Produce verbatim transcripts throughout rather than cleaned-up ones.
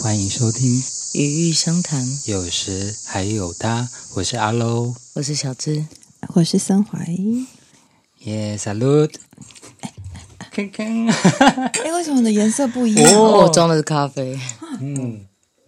欢迎收听语欲相谈， 有时还有他，我是阿喽， 我是小芝， 我是森怀。 耶、yeah, ，salute！ 看看， 哎，为什么你的颜色不一样？ 哦，我装的是咖啡。 嗯，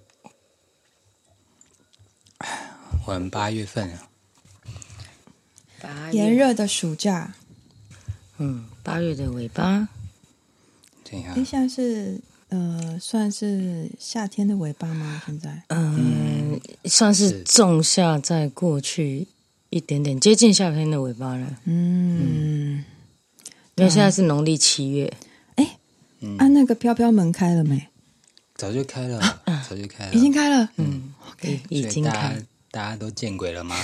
我们八月份啊， 八炎热的暑假， 嗯，八月的尾巴， 怎样哎，？现在是呃，算是夏天的尾巴吗？现在， 嗯，算是仲夏再过去一点点，接近夏天的尾巴了。 嗯， 因为现在是农历七月， 哎，啊，那个飘飘门开了没？ 早就开了，早就开了， 已经开了。 嗯，已已经所以大开家。大家都见鬼了吗？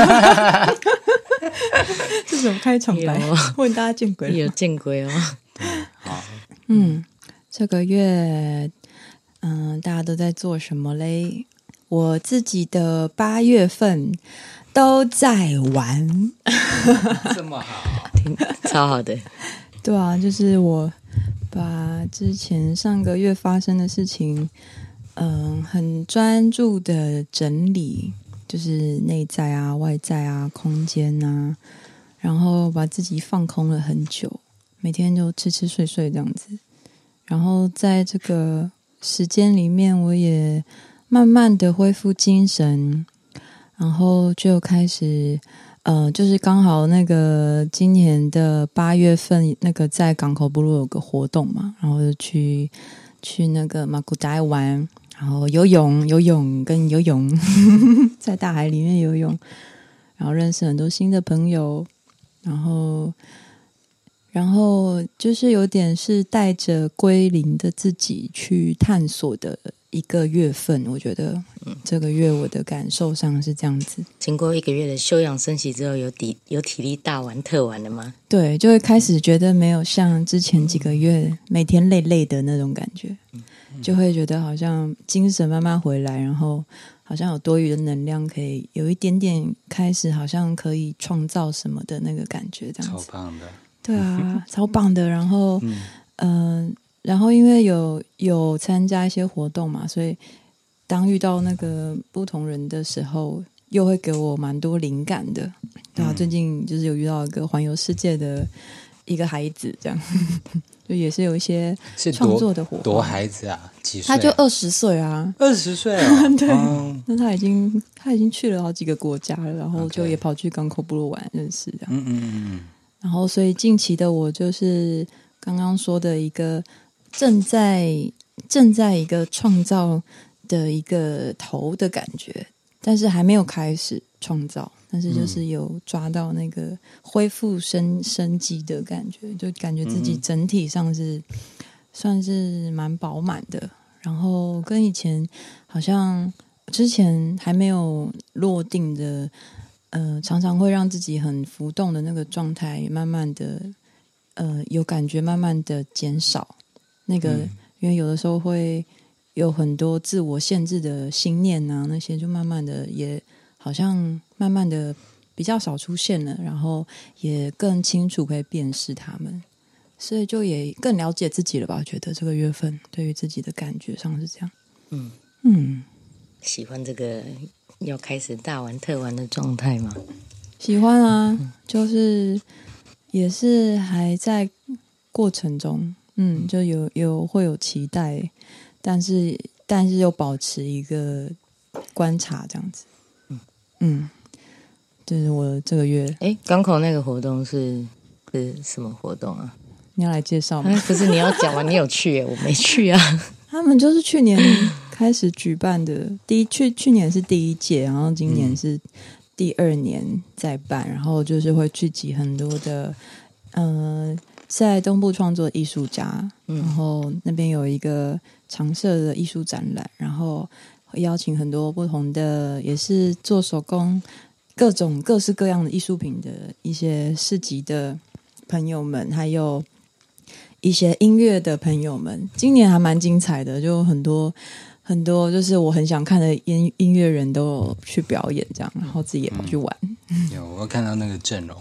这什么开场白有？ 问大家见鬼了有吗？ 见鬼哦！ 好， 嗯，这个月，嗯，大家都在做什么嘞？我自己的八月份都在玩。 这么好， 挺超好的。 对啊，就是我把之前上个月发生的事情，嗯、很专注的整理，就是内在啊、外在啊、空间啊，然后把自己放空了很久，每天就吃吃睡睡这样子。然后在这个时间里面，我也慢慢的恢复精神，然后就开始。呃，就是刚好那个今年的八月份，那个在港口部落有个活动嘛，然后就去去那个马古达玩，然后游泳、游泳跟游泳，在大海里面游泳，然后认识很多新的朋友，然后然后就是有点是带着归零的自己去探索的一个月份，我觉得这个月我的感受上是这样子。 经过一个月的休养生息之后，有体有体力大玩特玩了吗？ 对，就会开始觉得没有像之前几个月每天累累的那种感觉，就会觉得好像精神慢慢回来，然后好像有多余的能量，可以有一点点开始，好像可以创造什么的那个感觉，这样子。 超棒的， 对啊，超棒的。然后， 嗯嗯、呃，然后因为有有参加一些活动嘛，所以当遇到那个不同人的时候，又会给我蛮多灵感的。对啊， 嗯最近就是有遇到一个环游世界的一个孩子，这样就也是有一些是创作的火花。 多孩子啊，几岁啊？ 他就二十岁啊， 二十岁哦， 对哦那他已经他已经去了好几个国家了，然后 OK 就也跑去港口部落玩认识这样。 嗯嗯嗯然后，所以近期的我就是刚刚说的一个正在正在一个创造的一个头的感觉，但是还没有开始创造，但是就是有抓到那个恢复生生机的感觉，就感觉自己整体上是算是蛮饱满的，然后跟以前好像之前还没有落定的。呃，常常会让自己很浮动的那个状态，慢慢的，呃，有感觉，慢慢的减少。那个， 嗯因为有的时候会有很多自我限制的心念啊，那些就慢慢的也好像慢慢的比较少出现了，然后也更清楚可以辨识他们，所以就也更了解自己了吧？我觉得这个月份对于自己的感觉上是这样。 嗯嗯， 喜欢这个要开始大玩特玩的状态吗？ 喜欢啊，就是也是还在过程中，嗯，就有有会有期待，但是但是又保持一个观察这样子，嗯，这是我这个月哎，港口那个活动是是什么活动啊？ 你要来介绍吗？ 哎，不是你要讲吗？你有去耶，我没去啊。 他们就是去年开始举办的，第一去去年是第一届，然后今年是第二年在办，然后就是会聚集很多的，呃，在东部创作的艺术家，然后那边有一个常设的艺术展览，然后会邀请很多不同的，也是做手工各种各式各样的艺术品的一些市集的朋友们，还有一些音乐的朋友们，今年还蛮精彩的，就很多很多，就是我很想看的音音乐人都有去表演，这样，然后自己也跑去玩。 有我看到那个阵容，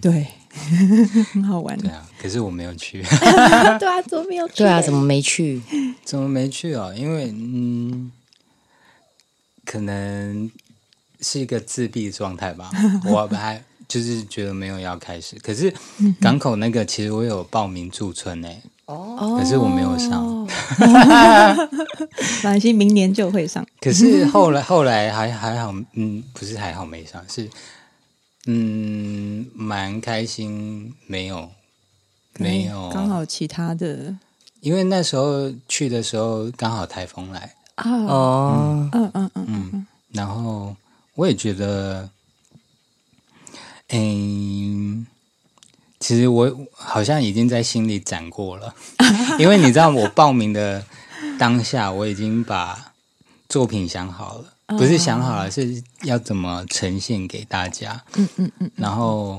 对，很好玩。 对啊，可是我没有去。 对啊，怎么没有去？ 对啊，怎么没去？ 怎么没去哦？因为嗯，可能是一个自闭状态吧。我还就是觉得没有要开始，可是港口那个其实我有报名驻村呢、欸。 哦， 可是我没有上。 没关系，明年就会上。 可是后来后来还还好，嗯，不是还好没上，是嗯蛮开心，没有没有， 刚好其他的， 因为那时候去的时候刚好台风来啊， 哦， 嗯嗯嗯嗯，然后我也觉得，嗯。其实我好像已经在心里攒过了，因为你知道我报名的当下，我已经把作品想好了， 哦、 不是想好了，是要怎么呈现给大家。 嗯嗯嗯， 然后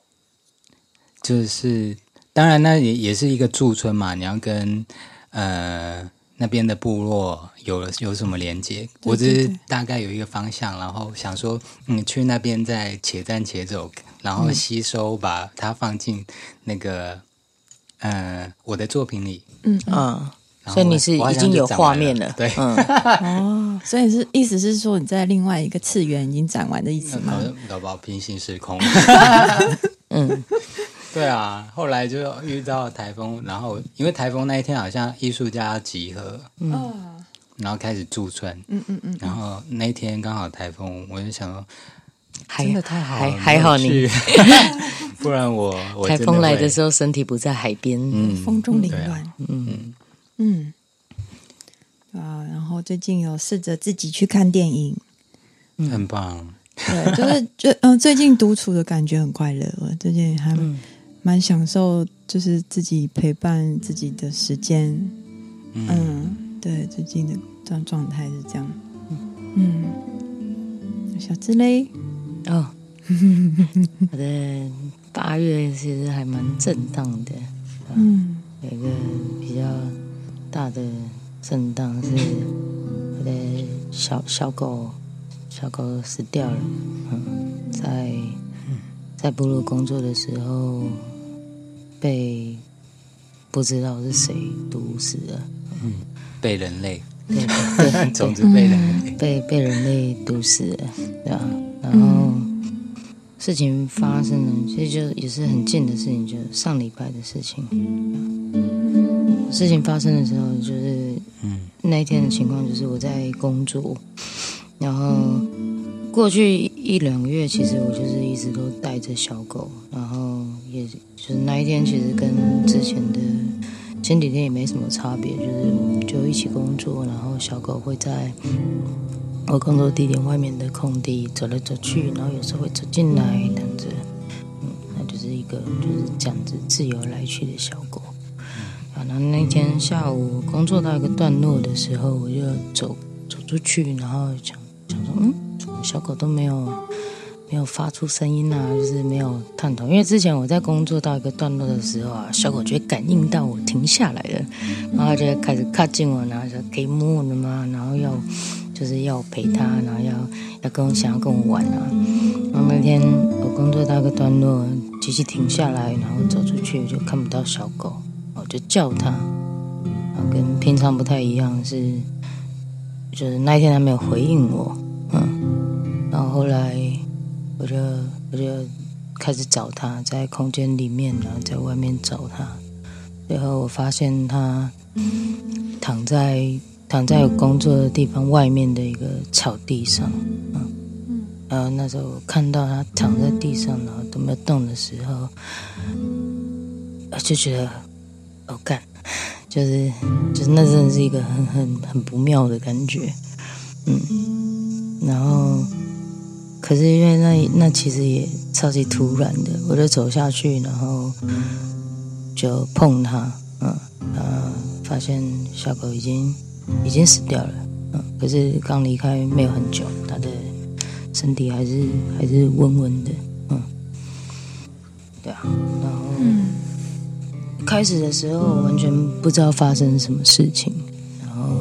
就是当然那也也是一个驻村嘛，你要跟呃那边的部落有了有什么连接？我只是大概有一个方向，然后想说，嗯，去那边再且战且走。然后吸收，把它放进那个呃我的作品里。 嗯嗯，所以你是已经有画面了， 对， 嗯，哦，所以是意思是说你在另外一个次元已经展完的意思吗？ 搞不好平行时空。 嗯， 对啊，后来就遇到台风，然后因为台风那一天好像艺术家要集合， 嗯， 然后开始驻村， 嗯嗯嗯， 然后那一天刚好台风，我就想说。 还真的太好了， 还还好你， 不然我我台风来的时候身体不在海边， 嗯，风中凌乱， 啊、 嗯嗯啊，然后最近有试着自己去看电影， 嗯、很棒， 对，就是就嗯、呃，最近独处的感觉很快乐，我最近还蛮享受，就是自己陪伴自己的时间，嗯，嗯对，最近的状状态是这样，嗯，小智嘞。 哦，我的八月其实还蛮震荡的，嗯，有一个比较大的震荡是我的小小狗，小狗死掉了，嗯，在在部落工作的时候被不知道是谁毒死了， 嗯，被人类， 对对， 总之被人类被被人类毒死了，对吧？然后事情发生了，其实就也是很近的事情，就是上礼拜的事情。事情发生的时候，就是那一天的情况，就是我在工作，然后过去一两个月，其实我就是一直都带着小狗，然后也就是那一天，其实跟之前的前几天也没什么差别，就是我们就一起工作，然后小狗会在我工作地点外面的空地走来走去，然后有时候会走进来等着，嗯，那就是一个就是这样子自由来去的小狗。啊，然后那天下午工作到一个段落的时候，我就走走出去，然后想想说，嗯，小狗都没有没有发出声音啊，就是没有探头。因为之前我在工作到一个段落的时候啊，小狗就会感应到我停下来了，然后就会开始靠近我，然后说可以摸我的吗？然后要。就是要陪他，然后要要跟我想要跟我玩啊。然后那天我工作到一个段落，机器停下来，然后走出去就看不到小狗，我就叫他，然后跟平常不太一样，是就是那一天他没有回应我，嗯，然后后来我就我就开始找他，在空间里面，然后在外面找他，最后我发现他躺在。躺在我工作的地方外面的一个草地上，嗯，然后那时候我看到他躺在地上，然后都没有动的时候，我就觉得，哦干，就是就是那真的是一个很很很不妙的感觉，嗯，然后可是因为那那其实也超级突然的，我就走下去，然后就碰他，嗯，然后发现小狗已经。已经死掉了，嗯，可是刚离开没有很久，他的身体还是还是温温的，嗯，对啊，然后、嗯、开始的时候我完全不知道发生什么事情，然后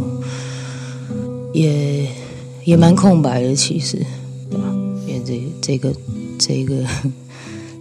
也也蛮空白的，其实，对吧？因为这这个这个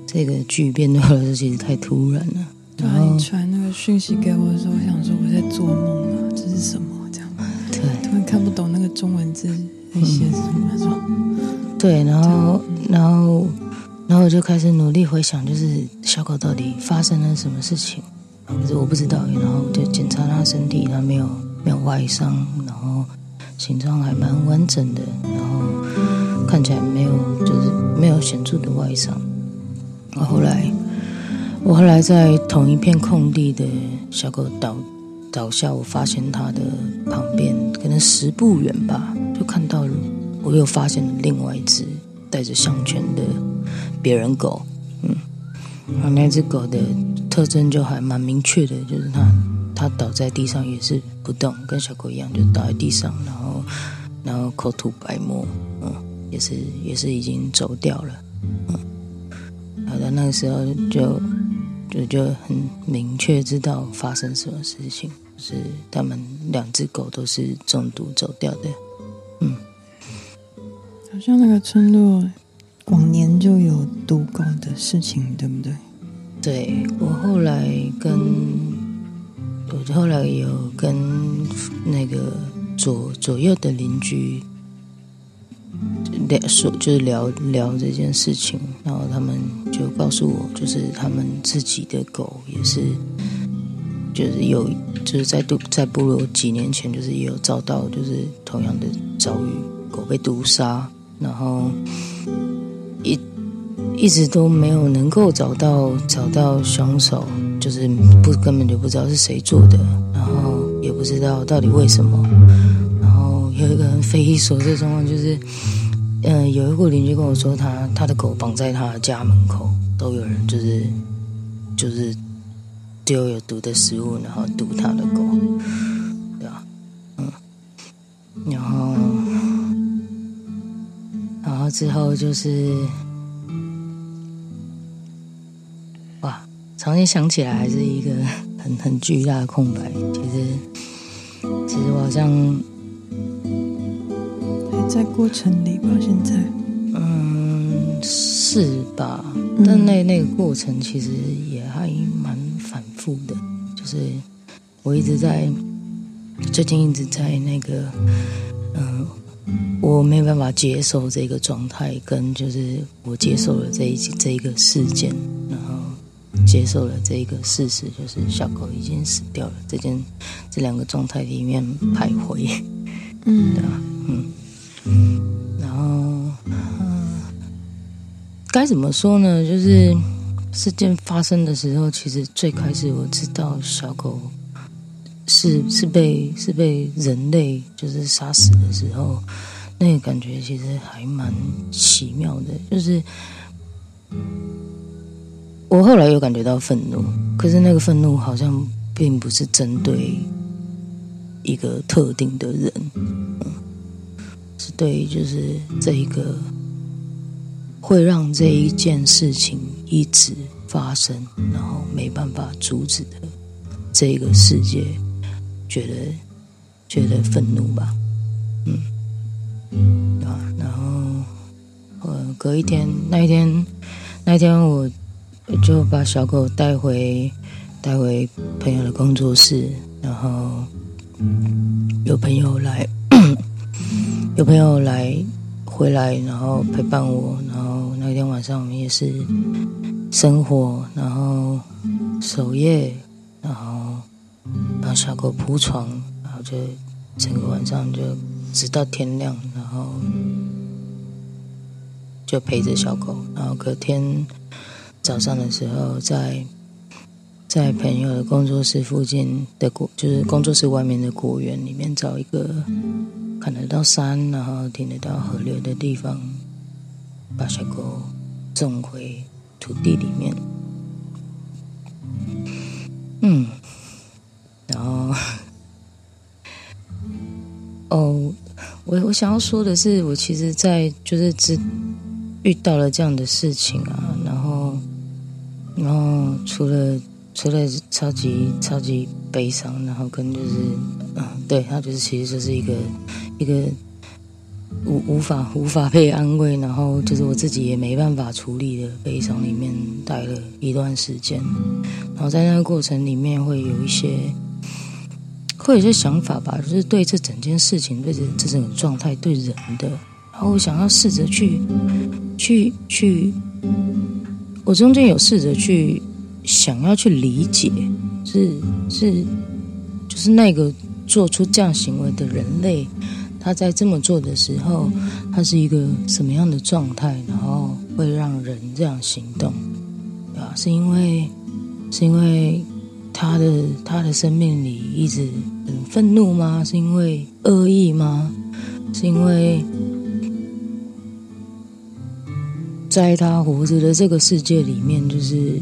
这个巨变对我来说其实太突然了。 对啊，你传那个讯息给我的时候，我想说我在做梦啊，这是什么？这样， 对， 突然看不懂那个中文字在写什么。说、嗯， 对，然后，然后，然后我就开始努力回想，就是小狗到底发生了什么事情。可是我不知道，然后我就检查它身体，它没有没有外伤，然后形状还蛮完整的，然后看起来没有就是没有显著的外伤。然后后来。我后来在同一片空地的小狗倒倒下，我发现它的旁边可能十步远吧，就看到了，我又发现了另外一只带着项圈的别人狗。嗯，然后那只狗的特征就还蛮明确的，就是它它倒在地上也是不动，跟小狗一样，就倒在地上，然后然后口吐白沫，嗯，也是也是已经走掉了。嗯，好的，那个时候就。就就很明确知道发生什么事情，就是他们两只狗都是中毒走掉的。嗯， 好像那个村落往年就有毒狗的事情，对不对？ 对，我后来跟我后来有跟那个左左右的邻居聊说，就是聊聊这件事情，然后他们就告诉我，就是他们自己的狗也是，就是有就是在都在部落几年前，就是也有遭到就是同样的遭遇，狗被毒杀，然后一一直都没有能够找到找到凶手，就是不根本就不知道是谁做的，然后也不知道到底为什么，然后有一个很匪夷所思的状况就是。嗯，有一户邻居跟我说他，他他的狗绑在他的家门口，都有人就是就是丢有毒的食物，然后毒他的狗，对吧？嗯，然后然后之后就是，哇，重新想起来还是一个很很巨大的空白。其实，其实我好像。 在过程里吧，现在， 嗯，是吧？但那那个过程其实也还蛮反复的，就是我一直在最近一直在那个，嗯，我没有办法接受这个状态，跟就是我接受了这一这一个事件，然后接受了这一个事实，就是小狗已经死掉了。这件这两个状态里面徘徊，嗯，对吧？嗯。然后，嗯，该怎么说呢？就是事件发生的时候，其实最开始我知道小狗是是被是被人类就是杀死的时候，那个感觉其实还蛮奇妙的。就是我后来有感觉到愤怒，可是那个愤怒好像并不是针对一个特定的人。嗯，是对，就是这一个会让这一件事情一直发生，然后没办法阻止的这一个世界，觉得觉得愤怒吧，嗯，啊，然后呃，隔一天，那一天，那一天我就把小狗带回带回朋友的工作室，然后有朋友来。有朋友来回来，然后陪伴我，然后那天晚上我们也是生火，然后守夜，然后帮小狗铺床，然后就整个晚上就直到天亮，然后就陪着小狗，然后隔天早上的时候在在朋友的工作室附近的果，就是工作室外面的果园里面找一个看得到山，然后听得到河流的地方，把小狗种回土地里面。嗯，然后，哦，我我想要说的是，我其实在就是只遇到了这样的事情啊，然后，然后除了除了超级超级悲伤，然后跟就是，嗯，对，它就是其实就是一个。一个无无法无法被安慰，然后就是我自己也没办法处理的悲伤里面待了一段时间，然后在那个过程里面会有一些会有一些想法吧，就是对这整件事情，对这这整个状态，对人的，然后我想要试着去去去，我中间有试着去想要去理解，是是就是那个做出这样行为的人类，他在这么做的时候，他是一个什么样的状态，然后会让人这样行动，对吧？是因为是因为他的他的生命里一直很愤怒吗？是因为恶意吗？是因为在他活着的这个世界里面，就是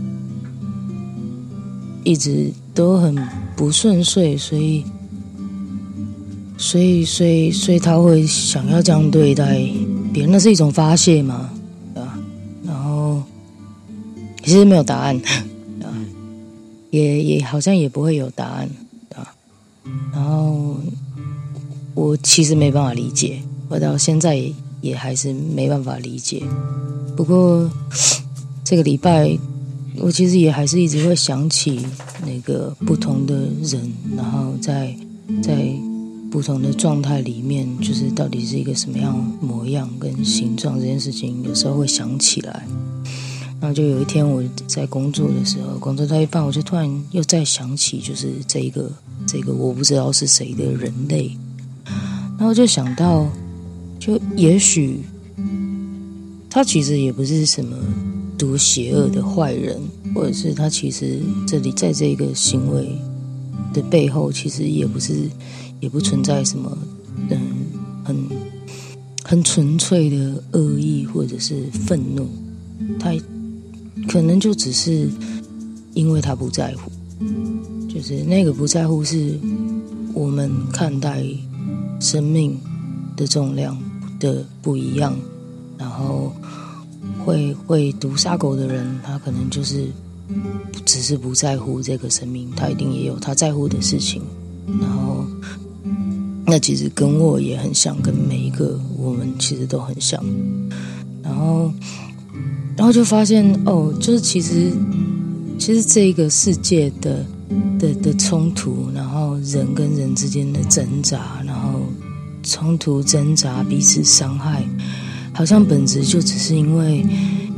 一直都很不顺遂，所以所以所以所以他会想要这样对待别人，那是一种发泄嘛，对吧？然后其实没有答案，对吧？也也好像也不会有答案，对吧？然后我其实没办法理解，我到现在也也还是没办法理解。不过这个礼拜，我其实也还是一直会想起那个不同的人，然后在在不同的状态里面，就是到底是一个什么样模样跟形状，这件事情有时候会想起来。然后就有一天我在工作的时候，工作到一半，我就突然又再想起，就是这一个这个我不知道是谁的人类，然后就想到，就也许他其实也不是什么多邪恶的坏人，或者是他其实这里在这个行为的背后，其实也不是也不存在什么嗯很很纯粹的恶意或者是愤怒，他可能就只是因为他不在乎，就是那个不在乎是我们看待生命的重量的不一样，然后会会毒杀狗的人，他可能就是只是不在乎这个生命，他一定也有他在乎的事情，然后那其实跟我也很像，跟每一个我们其实都很像，然后然后就发现哦，就是其实其实这个世界的的的冲突，然后人跟人之间的挣扎，然后冲突挣扎彼此伤害，好像本质就只是因为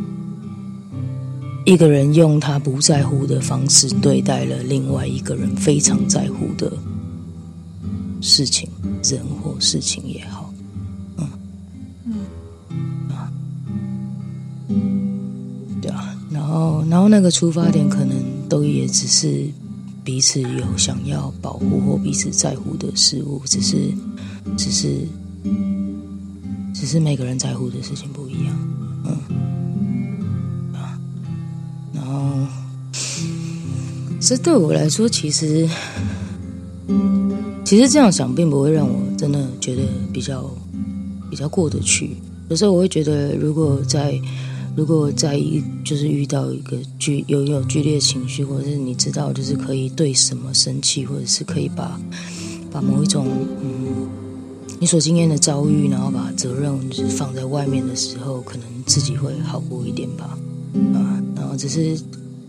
一个人用他不在乎的方式对待了另外一个人非常在乎的事情，人或事情也好，嗯嗯啊，对啊，然后然后那个出发点可能都也只是彼此有想要保护或彼此在乎的事物，只是只是只是每个人在乎的事情不一样，嗯啊，然后这对我来说，其实其实这样想并不会让我真的觉得比较比较过得去。有时候我会觉得，如果在如果在一就是遇到一个剧有有剧烈情绪，或者是你知道就是可以对什么生气，或者是可以把把某一种嗯你所经验的遭遇，然后把责任就是放在外面的时候，可能自己会好过一点吧，啊，然后只是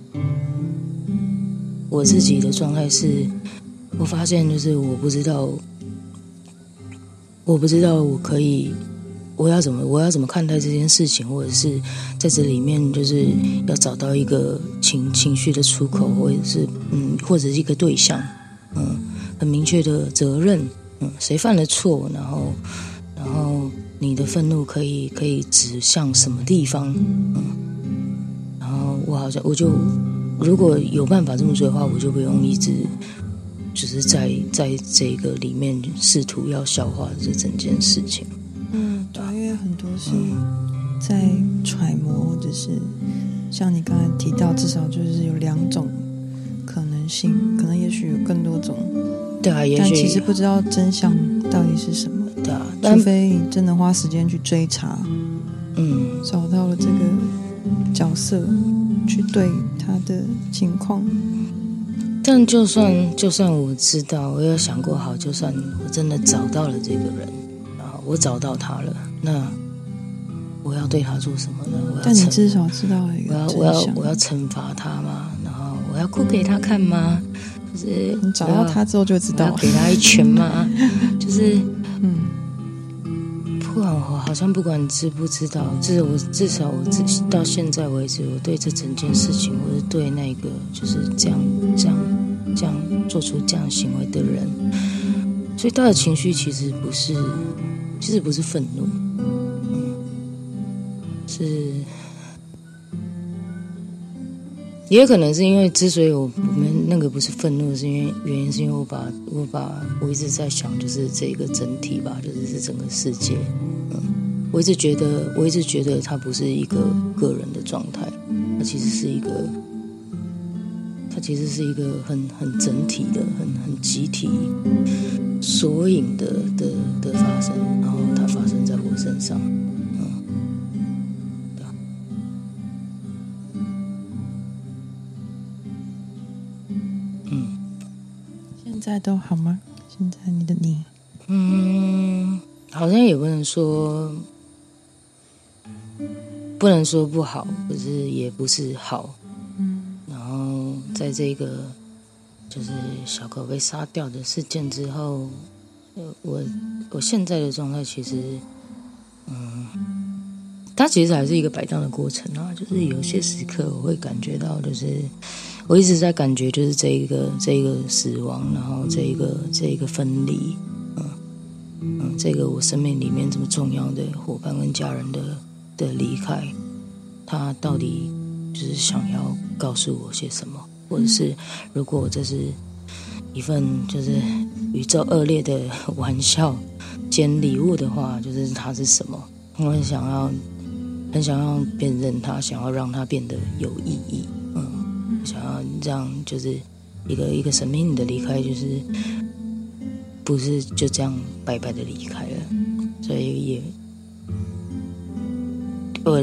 我自己的状态是，我发现就是我不知道，我不知道我可以，我要怎么我要怎么看待这件事情，或者是在这里面就是要找到一个情情绪的出口，或者是嗯，或者是一个对象，嗯，很明确的责任。嗯，谁犯了错，然后，然后你的愤怒可以可以指向什么地方？嗯，然后我好像我就如果有办法这么做的话，我就不用一直就是在在这个里面试图要消化这整件事情。 嗯，对，因为很多是在揣摩，或者是像你刚才提到，至少就是有两种可能性，可能也许有更多种。 对啊，也许但其实不知道真相到底是什么。 对啊， 除非你真的花时间去追查， 嗯， 找到了这个角色，去对他的情况。 但就算就算我知道，我有想过好，就算我真的找到了这个人，然后我找到他了，那我要对他做什么呢？我要但你至少知道一个真相。 我要我要我要惩罚他吗？然后我要哭给他看吗？就是你找到他之后就知道， 我要给他一拳吗？就是嗯。 不管我好像不管知不知道，至少我至少我至到现在为止，我对这整件事情，或者对那个就是这样这样这样做出这样行为的人，所以他的情绪其实不是，其实不是愤怒，嗯，是，也有可能是因为之所以我我们那个不是愤怒，是因为原因是因为我把我把我一直在想，就是这个整体吧，就是这整个世界。我一直觉得，我一直觉得它不是一个个人的状态，它其实是一个，它其实是一个很很整体的、很很集体缩影的的的发生，然后它发生在我身上，嗯，对啊，嗯， 现在都好吗？现在你的你， 嗯，好像也不能说。不能说不好，可是也不是好。嗯，然后在这个就是小狗被杀掉的事件之后，我我现在的状态其实，嗯，它其实还是一个摆荡的过程啊。就是有些时刻我会感觉到，就是我一直在感觉，就是这一个这一个死亡，然后这一个这一个分离，嗯嗯，这个我生命里面这么重要的伙伴跟家人的。的离开，他到底就是想要告诉我些什么？或者是如果这是一份就是宇宙恶劣的玩笑兼礼物的话，就是它是什么？我很想要，很想要辨认它，想要让它变得有意义。嗯，想要让就是一个一个生命的离开，就是不是就这样白白的离开了，所以也。我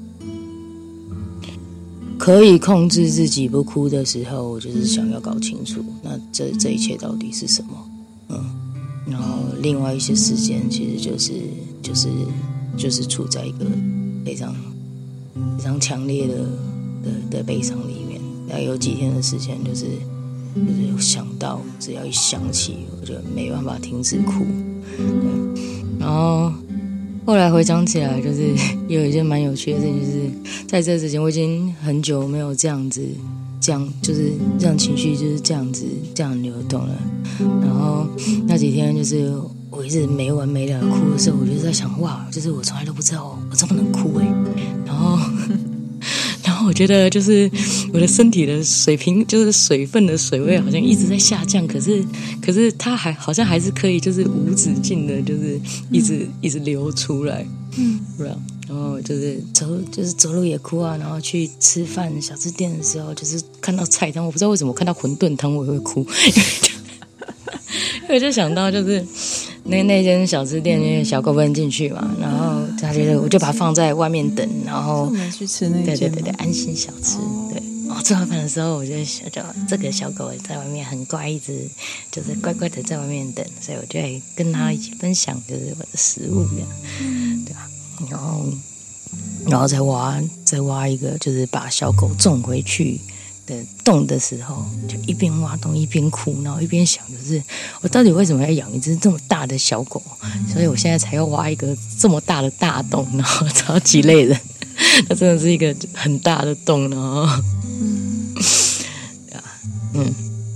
可以控制自己不哭的时候，我就是想要搞清楚，那这这一切到底是什么？嗯，然后另外一些时间，其实就是就是就是处在一个非常非常强烈的的的悲伤里面。大概有几天的时间，就是就是有想到，只要一想起，我就没办法停止哭。对，然后。后来回想起来，就是有一件蛮有趣的事情，就是在这之前我已经很久没有这样子，这样就是让情绪就是这样子这样流动了。然后那几天就是我一直没完没了的哭的时候，我就在想，哇，就是我从来都不知道我这么能哭哎。然后，然后我觉得就是我的身体的水平，就是水分的水位好像一直在下降，可是可是它还好像还是可以，就是无止境的，就是一直、嗯、一直流出来，嗯，然后就是走，就是走路也哭啊，然后去吃饭小吃店的时候，就是看到菜单，我不知道为什么看到馄饨汤我也会哭，因为我就想到就是那那间小吃店，因为小狗不能进去嘛，然后他觉得我就把它放在外面等，然后我们去吃那间， 对对对对，安心小吃，哦、对。哦，吃完饭的时候，我就想着这个小狗在外面很乖，一直就是乖乖的在外面等，所以我就会跟它一起分享，就是我的食物这样，嗯、对吧？然后，然后再挖再挖一个，就是把小狗种回去的洞的时候，就一边挖洞一边哭，然后一边想，就是我到底为什么要养一只这么大的小狗？所以我现在才要挖一个这么大的大洞，然后超级累人。它真的是一个很大的洞，然后，嗯，嗯，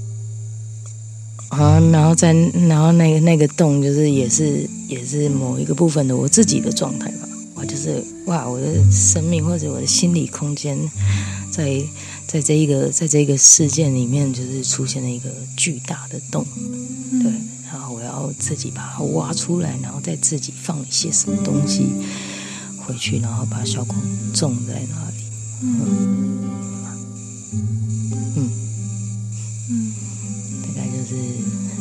好，然后在，然后那个那个洞，就是也是也是某一个部分的我自己的状态吧。我就是哇，我的生命或者我的心理空间，在在这一个在这一个事件里面，就是出现了一个巨大的洞，对，然后我要自己把它挖出来，然后再自己放一些什么东西回去，然后把小狗种在那里。嗯嗯嗯，大概就是、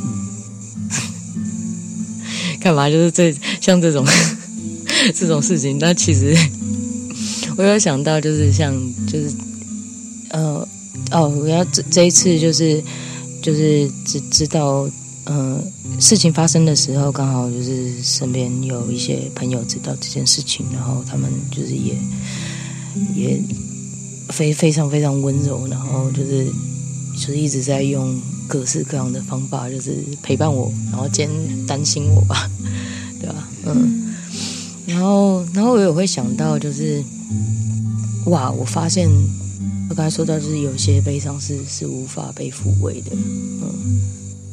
嗯、干嘛？就是这像这种这种事情，但其实我有想到，就是像就是呃哦，我要这这一次就是就是知知道呃，事情发生的时候，刚好就是身边有一些朋友知道这件事情，然后他们就是也也非非常非常温柔，然后就是就是一直在用各式各样的方法，就是陪伴我，然后兼担心我吧，对吧？嗯，然后然后我也会想到，就是哇，我发现我刚才说到，就是有些悲伤是是无法被抚慰的，嗯。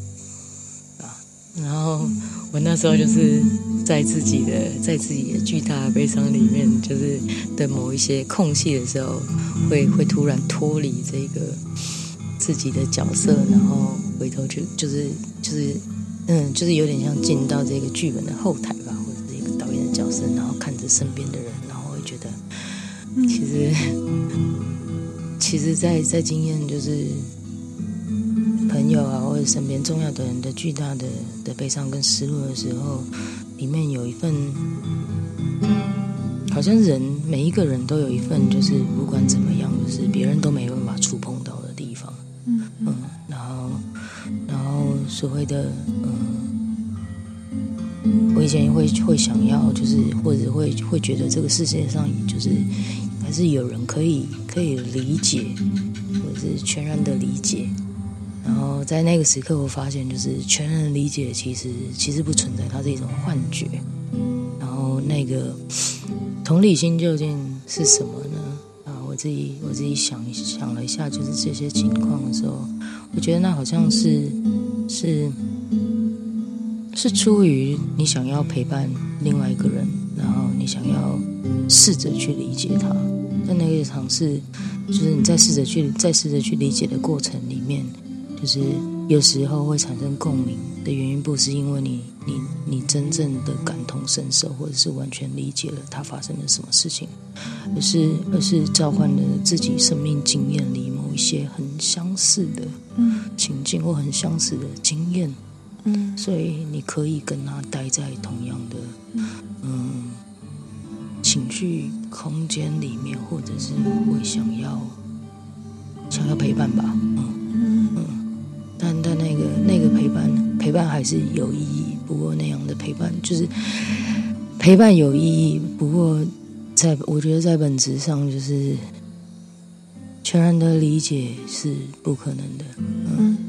然后我那时候就是在自己的在自己的巨大的悲伤里面，就是的某一些空隙的时候，会会突然脱离这个自己的角色，然后回头去就是就是嗯，就是有点像进到这个剧本的后台吧，或者是一个导演的角色，然后看着身边的人，然后会觉得，其实其实在在经验就是朋友啊，或者身边重要的人的巨大的的悲伤跟失落的时候，里面有一份，好像人每一个人都有一份，就是不管怎么样，就是别人都没办法触碰到的地方。嗯嗯，然后然后所谓的嗯，我以前会会想要，就是或者会会觉得这个世界上就是还是有人可以可以理解，或者是全然的理解。然后在那个时刻，我发现就是全然的理解其实其实不存在，它是一种幻觉。然后那个同理心究竟是什么呢？啊，我自己我自己想想了一下，就是这些情况的时候，我觉得那好像是是是出于你想要陪伴另外一个人，然后你想要试着去理解他。在那个尝试，就是你在试着去在试着去理解的过程里面。就是有时候会产生共鸣的原因，不是因为你你你真正的感同身受，或者是完全理解了它发生了什么事情，而是而是召唤了自己生命经验里某一些很相似的情境或很相似的经验，嗯，所以你可以跟他待在同样的嗯情绪空间里面，或者是会想要想要陪伴吧，嗯。但但那个那个陪伴陪伴还是有意义，不过那样的陪伴就是陪伴有意义，不过在我觉得在本质上就是全然的理解是不可能的。嗯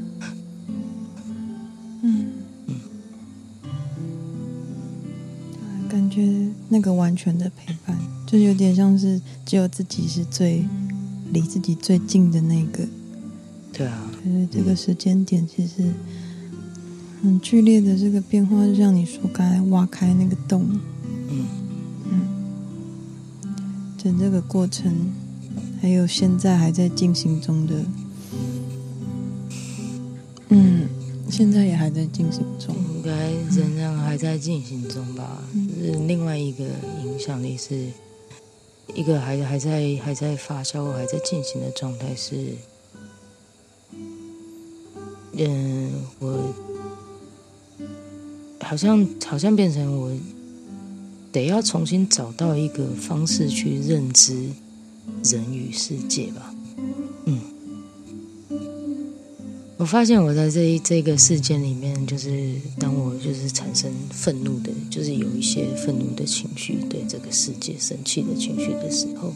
嗯嗯，感觉那个完全的陪伴，就有点像是只有自己是最离自己最近的那个。 对啊， 就是这个时间点其实很剧烈的这个变化，就像你说刚才挖开那个洞，嗯嗯，在这个过程，还有现在还在进行中的，嗯，现在也还在进行中， 应该仍然还在进行中吧。嗯、就是另外一个影响力是一个还还在还在发酵或还在进行的状态是。嗯，我好像好像变成我得要重新找到一个方式去认知人与世界吧。嗯，我发现我在这一这个事件里面，就是当我就是产生愤怒的，就是有一些愤怒的情绪，对这个世界生气的情绪的时候，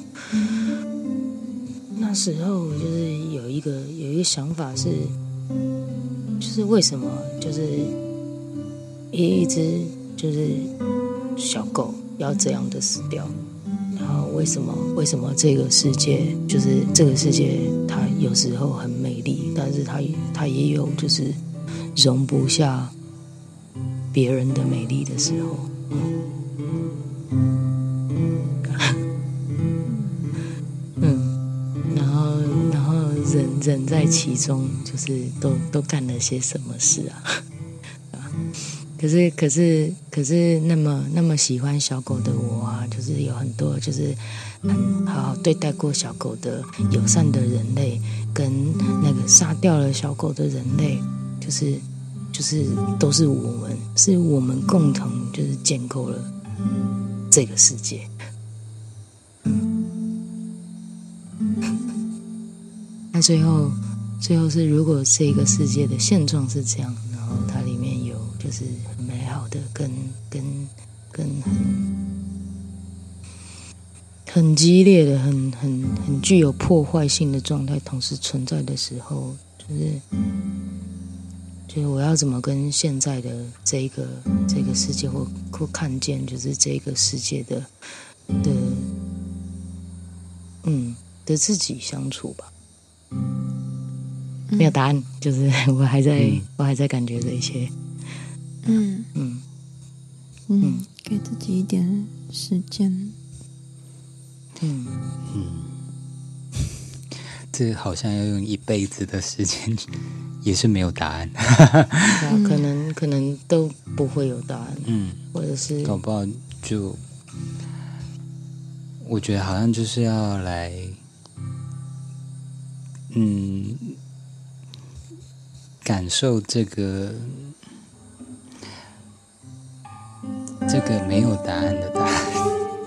那时候就是有一个有一个想法是。就是为什么就是一只就是小狗要这样的死掉，然后为什么为什么这个世界就是这个世界它有时候很美丽，但是它它也有就是容不下别人的美丽的时候，人在其中，就是都都干了些什么事啊？可是可是可是那么那么喜欢小狗的我啊，就是有很多就是很好好对待过小狗的友善的人类，跟那个杀掉了小狗的人类，就是就是都是我们，是我们共同就是建构了这个世界。那最后，最后是如果这个世界的现状是这样，然后它里面是很美好的，跟跟跟很很激烈的、很很很具有破坏性的状态同时存在的时候，就是就是我要怎么跟现在的这个这个世界或或看见，就是这个世界的的嗯的自己相处吧。没有答案，就是我还在、嗯、我还在感觉这一切。 嗯嗯嗯，给自己一点时间。 嗯嗯，这好像要用一辈子的时间，也是没有答案。 啊、可能可能都不会有答案。嗯，或者是搞不好就，我觉得好像就是要来，嗯。感受这个这个没有答案的答案，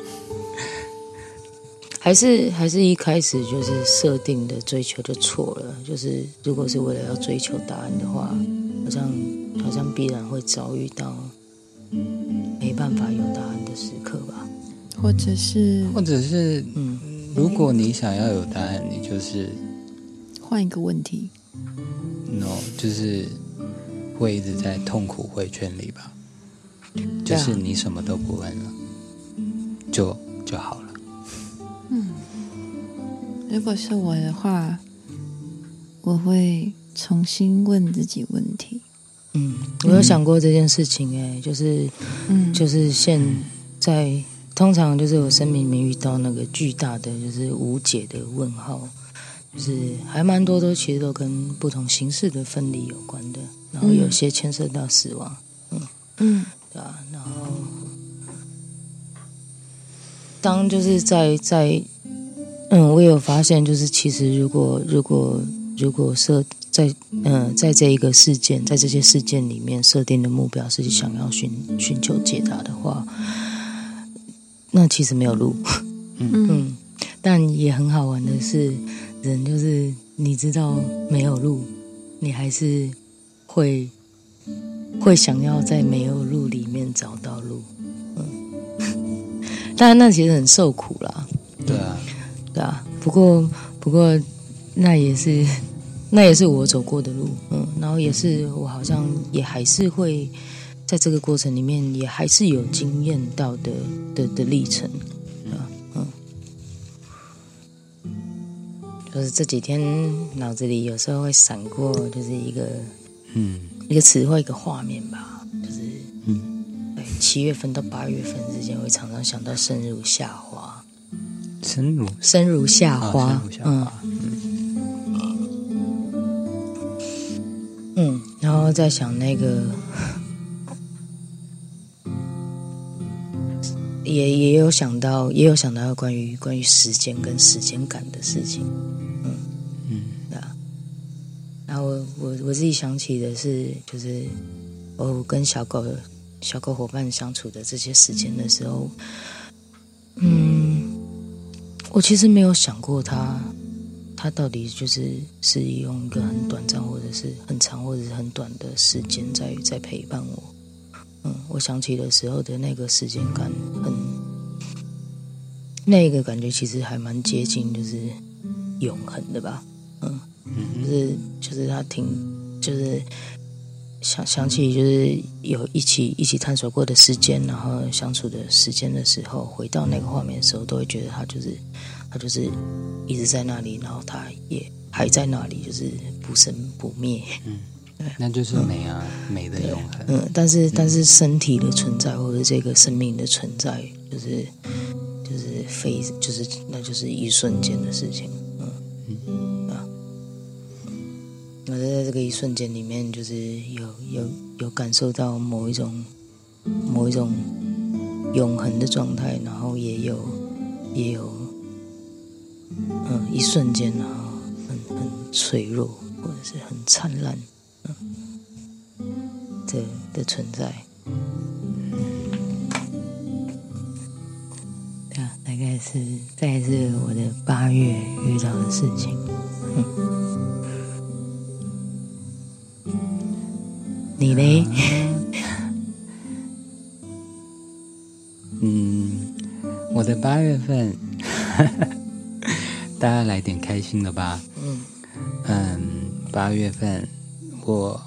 还是还是一开始就是设定的追求就错了。就是如果是为了要追求答案的话，好像好像必然会遭遇到没办法有答案的时刻吧。 或者是或者是嗯，如果你想要有答案，你就是换一个问题。 no， 就是会一直在痛苦回圈里吧，就是你什么都不问了，就就好了。 嗯，如果是我的话，我会重新问自己问题。 嗯，我有想过这件事情、欸，哎，就是，嗯，就是现在通常就是我生命里面遇到那个巨大的就是无解的问号。就是还蛮多都其实都跟不同形式的分离有关的，然后有些牵涉到死亡，嗯嗯，对啊，然后当就是在在嗯，我有发现，就是其实如果如果如果设在嗯在这一个事件，在这些事件里面设定的目标是想要寻寻求解答的话，那其实没有路，嗯嗯，但也很好玩的是。人就是你知道没有路，你还是会会想要在没有路里面找到路，嗯，当然那其实很受苦啦， 对啊， 对啊，不过不过那也是那也是我走过的路，嗯，然后也是我好像也还是会在这个过程里面也还是有经验到的的的历程。就是这几天脑子里有时候会闪过，就是一个嗯一个词或一个画面吧，就是嗯，对，七月份到八月份之间，会常常想到生如夏花， 生如生如夏花， 哦、嗯嗯，然后再想那个，也也有想到，也有想到关于关于时间跟时间感的事情。然后我我我自己想起的是，就是我跟小狗小狗伙伴相处的这些时间的时候，嗯，我其实没有想过他他到底就是是用一个很短暂或者是很长或者是很短的时间在在陪伴我。嗯，我想起的时候的那个时间感很，那个感觉其实还蛮接近就是永恒的吧。嗯。就是就是他挺就是想想起就是有一起一起探索过的时间，然后相处的时间的时候，回到那个画面的时候，都会觉得他就是他就是一直在那里，然后他也还在那里，就是不生不灭。 嗯，那就是美啊，嗯、美的永恒。 嗯，但是但是身体的存在或者这个生命的存在，就是就是非就是那就是一瞬间的事情。嗯嗯。我在这个一瞬间里面，就是有有有感受到某一种某一种永恒的状态，然后也有也有嗯一瞬间，然后很很脆弱或者是很灿烂嗯的的存在。对啊，大概是大概是我的八月遇到的事情。嗯。你嘞？ 八月份，大家来点开心的吧。嗯嗯，八月份我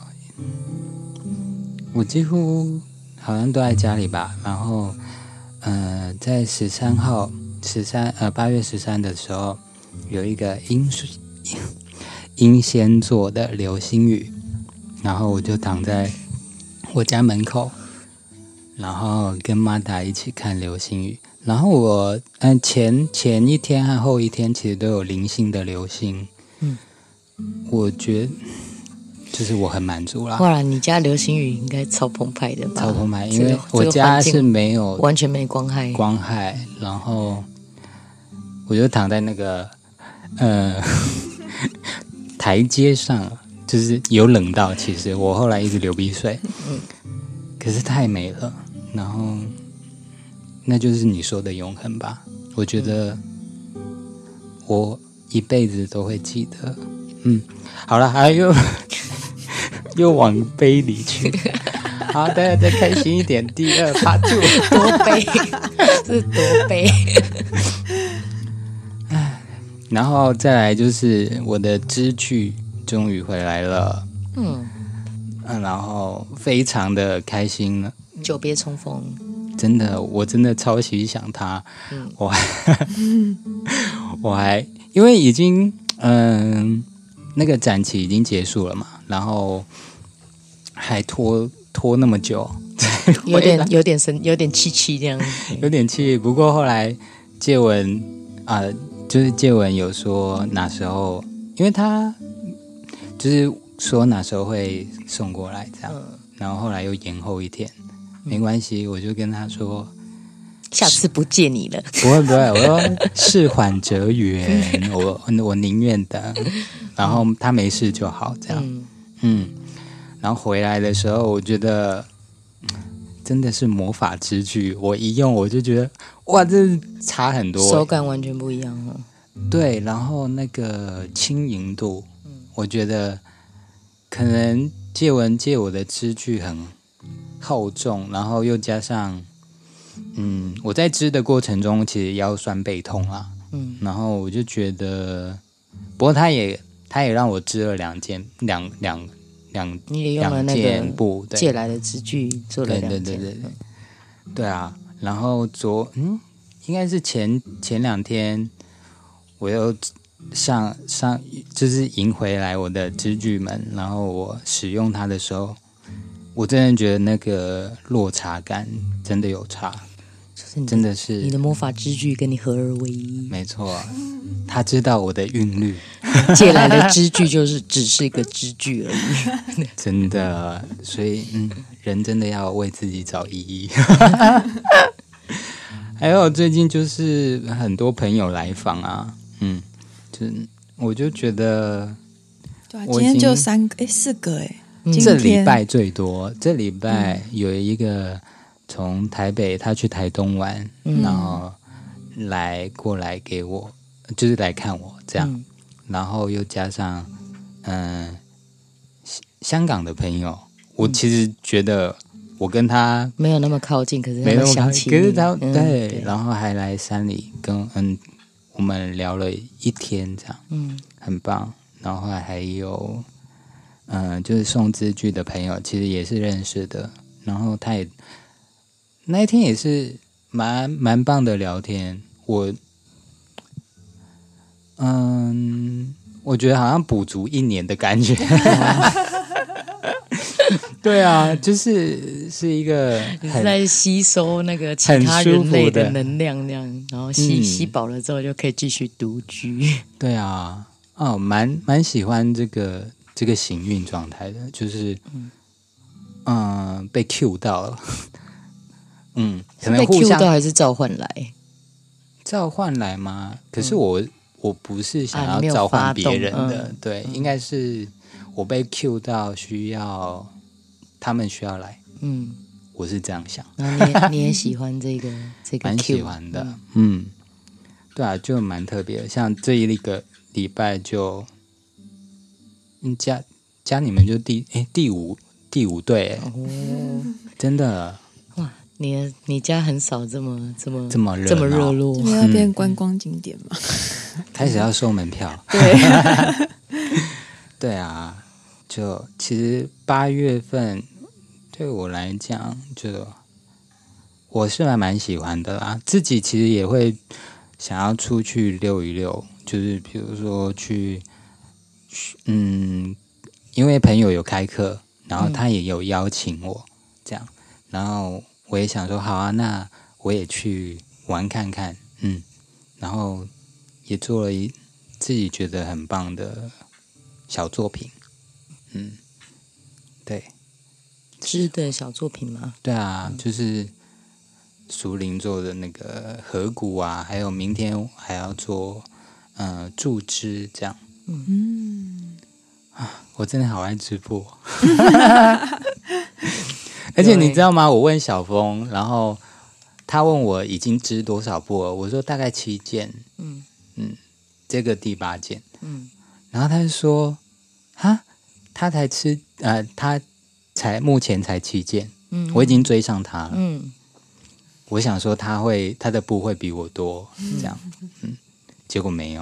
我几乎好像都在家里吧。然后，呃，在十三号十三呃八月十三的时候，有一个英英仙座的流星雨，然后我就躺在我家门口，然后跟妈达一起看流星雨。然后我嗯前前一天和后一天其实都有零星的流星，嗯，我觉得就是我很满足啦。 哇，你家流星雨应该超澎湃的吧？ 超澎湃，因为我家是没有完全没光害， 光害，然后我就躺在那个呃台阶上，就是有冷到，其实我后来一直流鼻水，嗯，可是太美了，然后。那就是你说的永恒吧，我觉得我一辈子都会记得。嗯，好了，还又又往悲里去。好，大家再开心一点。第二 part two 多悲，是多悲。 然后再来就是我的支具终于回来了。嗯嗯，然后非常的开心了。 久别重逢。 真的，我真的超级想他。嗯、我还我还因为已经嗯、呃、那个展期已经结束了嘛，然后还拖拖那么久， 有点有点生有点气气这样， 有点气。不过后来介文啊、呃，就是介文有说哪时候，因为他就是说哪时候会送过来这样，嗯、然后后来又延后一天。没关系，我就跟他说， 下次不借你了。 不会不会，我说事缓则圆，我我宁愿的。然后他没事就好，这样。嗯, 嗯，然后回来的时候，我觉得真的是魔法之具，我一用我就觉得哇，这差很多， 手感完全不一样了。 对，然后那个轻盈度，我觉得可能介文借我的支具很厚重，然后又加上，嗯，我在织的过程中其实腰酸背痛啦，嗯，然后我就觉得，不过他也他也让我织了两件两两两你也用了那个布借来的织具做了两件， 对对对对对，对啊，然后昨嗯应该是前前两天我又上上就是迎回来我的织具们，然后我使用它的时候。我真的觉得那个落差感真的有差， 就是真的是你的魔法织具跟你合而为一。 没错，他知道我的韵律， 借来的织具就是只是一个织具而已。 真的，所以嗯，人真的要为自己找意义。还有最近就是很多朋友来访啊，嗯，就我就觉得， 对啊，今天就三个哎四个哎。 这礼拜最多，这礼拜有一个从台北，他去台东玩，嗯、然后来过来给我，就是来看我这样，嗯、然后又加上嗯、呃、香港的朋友，我其实觉得我跟他没有那么靠近，可是他们想起你， 可是他、嗯、对, 对，然后还来山里跟嗯我们聊了一天这样，嗯，很棒，然后后来还有。嗯，就是送织具的朋友，其实也是认识的。然后他也那一天也是蛮蛮棒的聊天。我嗯，我觉得好像补足一年的感觉。对啊，就是是一个你是在吸收那个其他人类的能量，那样，然後吸、嗯、吸饱了之后就可以继续独居。 对啊，哦，蛮蛮喜欢这个。这个行运状态的，就是嗯、呃、被 Q 到了，嗯，可能互相被 Q 到还是召唤来？ 召唤来吗？可是我、嗯、我不是想要召唤别人的，啊、对、嗯，应该是我被 Q 到需要他们需要来，嗯，我是这样想。 然后你也你也喜欢这个这个 Q， 蛮喜欢的，嗯，对啊，就蛮特别的。像这一个礼拜就。嗯，加加你们就第哎第五第五队哎、哦，真的哇！ 你的你家很少这么这么这么热闹这么热络这，边要变观光景点嘛？ 开始要收门票。 对， 对啊，就其实八月份对我来讲，就我是还蛮喜欢的啦。自己其实也会想要出去溜一溜，就是比如说去，嗯，因为朋友有开课，然后他也有邀请我、嗯、这样，然后我也想说好啊，那我也去玩看看，嗯，然后也做了一自己觉得很棒的小作品，嗯，对， 织的小作品吗？ 对啊，就是熟林做的那个河谷啊，还有明天还要做呃树枝这样， 嗯啊，我真的好爱织布，而且你知道吗？我问小峰，然后他问我已经织多少布了，我说大概七件，嗯嗯，这个第八件，嗯，然后他就说，哈，他才吃呃，他才目前才七件，嗯，我已经追上他了，嗯，我想说他会他的布会比我多，这样，嗯，结果没有。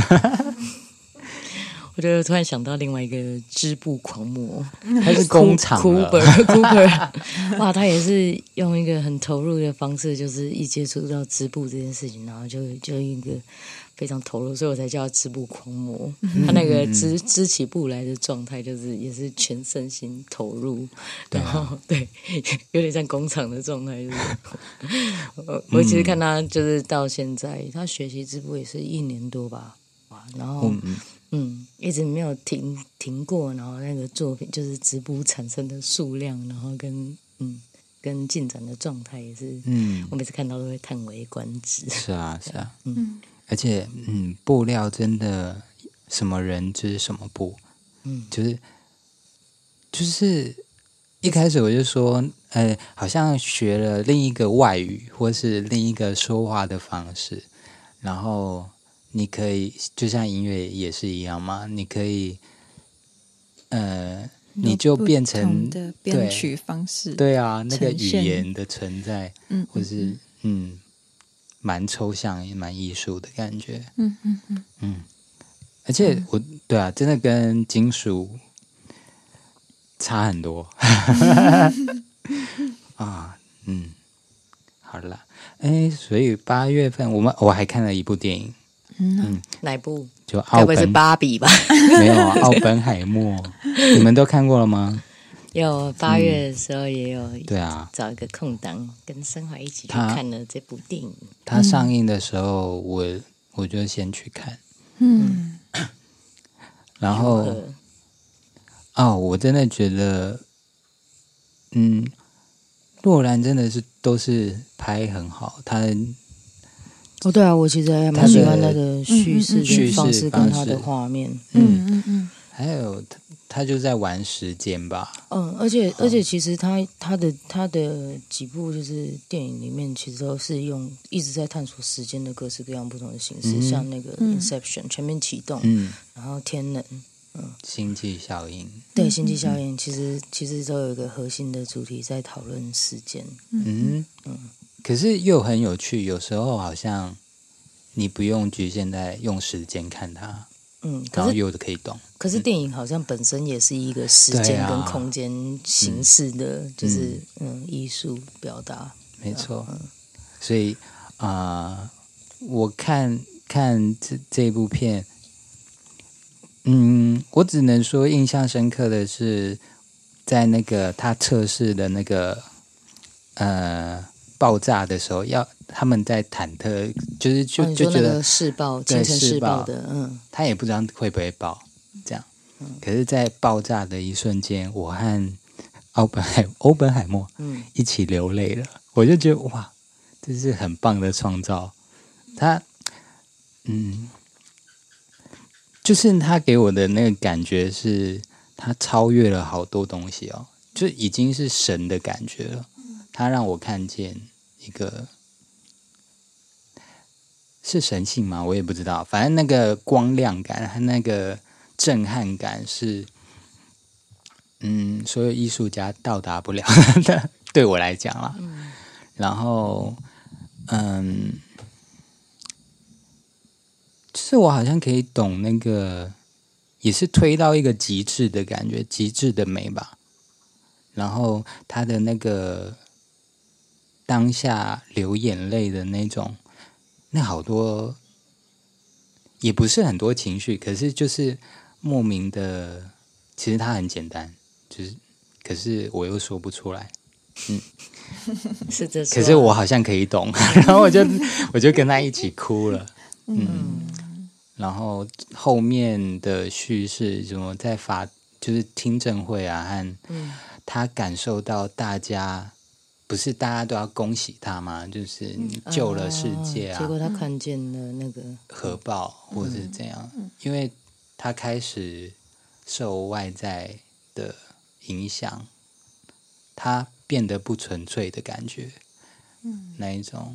我觉得突然想到另外一个织布狂魔， 他是工厂了 Cooper Cooper， 哇，他也是用一个很投入的方式，就是一接触到织布这件事情，然后就就一个非常投入，所以我才叫他织布狂魔。嗯、他那个织织起布来的状态，就是也是全身心投入，然后对，有点像工厂的状态。就是我我其实看他就是到现在，他学习织布也是一年多吧，哇，然后。嗯嗯，一直没有停停过，然后那个作品就是织布产生的数量，然后跟嗯跟进展的状态也是，嗯，我每次看到都会叹为观止。 是啊，是啊，嗯，而且嗯，布料真的什么人织什么布，嗯，就是就是一开始我就说，呃，好像学了另一个外语，或是另一个说话的方式，然后。你可以就像音乐也是一样嘛，你可以，呃，你就变成的编曲方式， 对啊，那个语言的存在，嗯，或是嗯，蛮抽象也蛮艺术的感觉，嗯嗯嗯嗯，而且我对啊，真的跟金属差很多，啊，嗯，好了，哎，所以八月份我们我还看了一部电影。 嗯，哪一部？ 就奥本，该不会是芭比吧？ 没有啊，奥本海默，你们都看过了吗？ 有，八月的时候也有， 嗯、对啊， 找一个空档跟申怀一起去看了这部电影。 它上映的时候，我我就先去看，嗯，然后哦，我真的觉得，嗯，洛兰真的是都是拍很好，他。 哦，对啊，我其实还蛮喜欢那个叙事的方式跟他的画面， 嗯嗯嗯，还有他他就在玩时间吧， 嗯，而且而且其实他他的他的几部就是电影里面，其实都是用一直在探索时间的各式各样不同的形式，嗯、像那个 Inception、嗯、全面启动，嗯，然后天能，嗯， 星际效应， 对，星际效应其实其实都有一个核心的主题在讨论时间，嗯嗯。 可是又很有趣，有时候好像你不用局限在用时间看它，嗯，然后又可以懂。 可是电影好像本身也是一个时间跟空间形式的，嗯、就是嗯艺术表达。 没错，嗯、所以啊、呃，我看看这这部片，嗯，我只能说印象深刻的是在那个他测试的那个呃。爆炸的时候，要他们在忐忑，就是就、 哦、 就觉得试爆，清晨试爆的，嗯， 他也不知道会不会爆，这样。嗯、可是，在爆炸的一瞬间，我和奥本海欧本海默嗯一起流泪了，我就觉得哇，这是很棒的创造。他嗯，就是他给我的那个感觉是，他超越了好多东西哦，就已经是神的感觉了。他让我看见一个是神性吗？我也不知道，反正那个光亮感和那个震撼感是，嗯，所有艺术家到达不了的，对我来讲啦。嗯、 然后嗯，就是我好像可以懂那个，也是推到一个极致的感觉，极致的美吧。然后他的那个当下流眼泪的那种，那好多也不是很多情绪，可是就是莫名的，其实它很简单，就是可是我又说不出来，嗯， 是这， 可是我好像可以懂，然后我就我就跟他一起哭了，嗯， 嗯， 然后后面的叙事什么在法就是听证会啊，和他感受到大家不是大家都要恭喜他吗？就是你救了世界啊， 结果他看见了那个核爆或是这样，因为他开始受外在的影响，他变得不纯粹的感觉，嗯，那一种，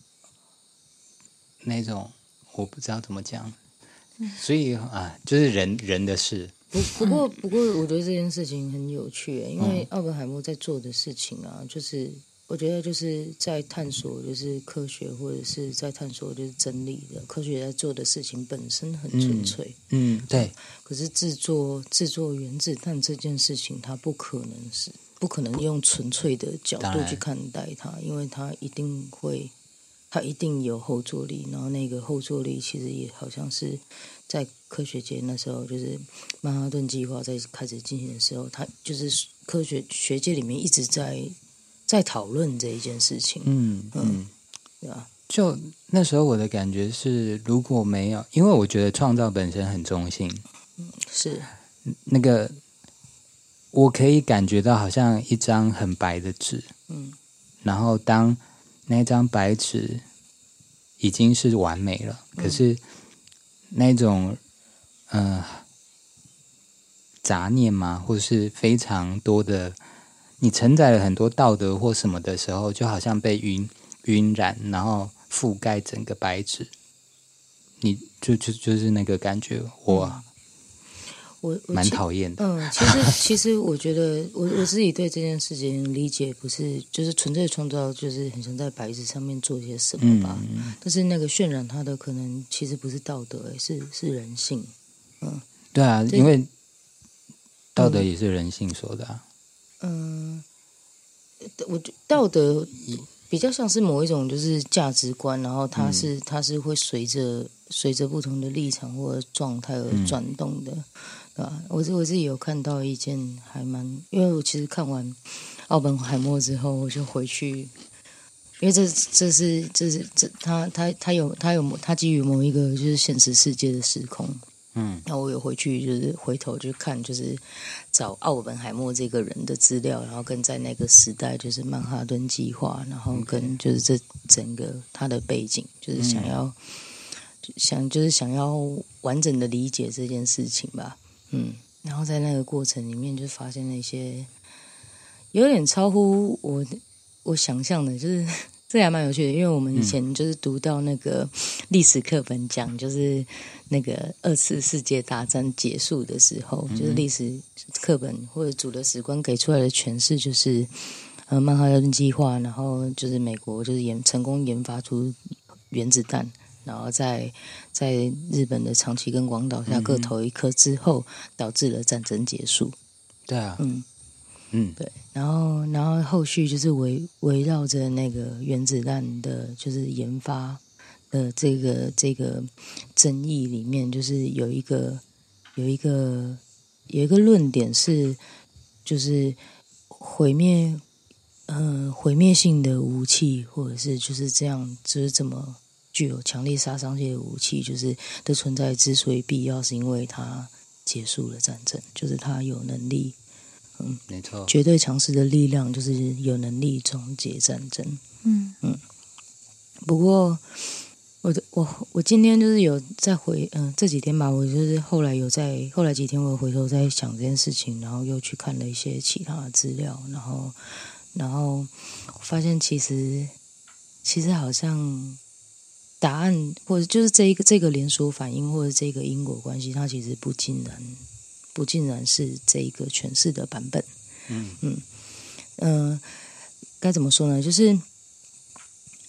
那种我不知道怎么讲，所以啊，就是人人的事。 不不过不过，我觉得这件事情很有趣，因为奥本海默在做的事情啊，就是我觉得就是在探索，就是科学或者是在探索就是真理的科学在做的事情本身很纯粹， 嗯，嗯对。 可是制作制作原子弹这件事情，它不可能是不可能用纯粹的角度去看待它，因为它一定会。它一定有后坐力，然后那个后坐力其实也好像是在科学界那时候，就是曼哈顿计划在开始进行的时候，它就是科学学界里面一直在在讨论这一件事情。 嗯嗯， 对吧？ 就那时候我的感觉是，如果没有，因为我觉得创造本身很中性， 嗯，是那个我可以感觉到好像一张很白的纸，嗯，然后当那张白纸已经是完美了，可是那种呃杂念嘛，或是非常多的，你承载了很多道德或什么的时候，就好像被晕晕染，然后覆盖整个白纸，你就就就是那个感觉，我。嗯我蛮讨厌的。 嗯，其实其实我觉得我我自己对这件事情理解不是就是纯粹创造，就是很想在白纸上面做些什么吧。嗯、但是那个渲染它的可能其实不是道德，是是人性。嗯， 对啊，因为道德也是人性说的啊。 嗯，我道德比较像是某一种就是价值观，然后它是、嗯、它是会随着随着不同的立场或者状态而转动的。嗯啊，我我自己有看到一件还蛮，因为我其实看完奥本海默之后，我就回去，因为这这是这是这他他他有他有他基于某一个就是现实世界的时空，嗯，那我有回去就是回头去看，就是找奥本海默这个人的资料，然后跟在那个时代就是曼哈顿计划，然后跟就是这整个他的背景，就是想要、嗯、想就是想要完整的理解这件事情吧。嗯，然后在那个过程里面，就发现了一些有点超乎我我想象的，就是这还蛮有趣的。因为我们以前就是读到那个历史课本讲，就是那个二次世界大战结束的时候，嗯、就是历史课本或者主的史观给出来的诠释，就是呃曼哈顿计划，然后就是美国就是研成功研发出原子弹。然后在在日本的长崎跟广岛下各投一颗之后，导致了战争结束。 对啊， 嗯嗯， 对。然后然后后续就是围围绕着那个原子弹的，就是研发的这个这个争议里面，就是有一个有一个有一个论点是，就是毁灭，嗯、呃，毁灭性的武器，或者是就是这样，就是这么。具有强烈杀伤性的武器，就是的存在之所以必要，是因为它结束了战争，就是它有能力，嗯， 没错， 绝对强势的力量就是有能力终结战争，嗯嗯。不过，我我我今天就是有在回，嗯、呃，这几天吧，我就是后来有在后来几天，我回头在想这件事情，然后又去看了一些其他的资料，然后然后发现其实其实好像。答案或者就是这一个这个连锁反应或者这个因果关系，它其实不尽然不尽然是这一个诠释的版本。嗯嗯呃，该怎么说呢？就是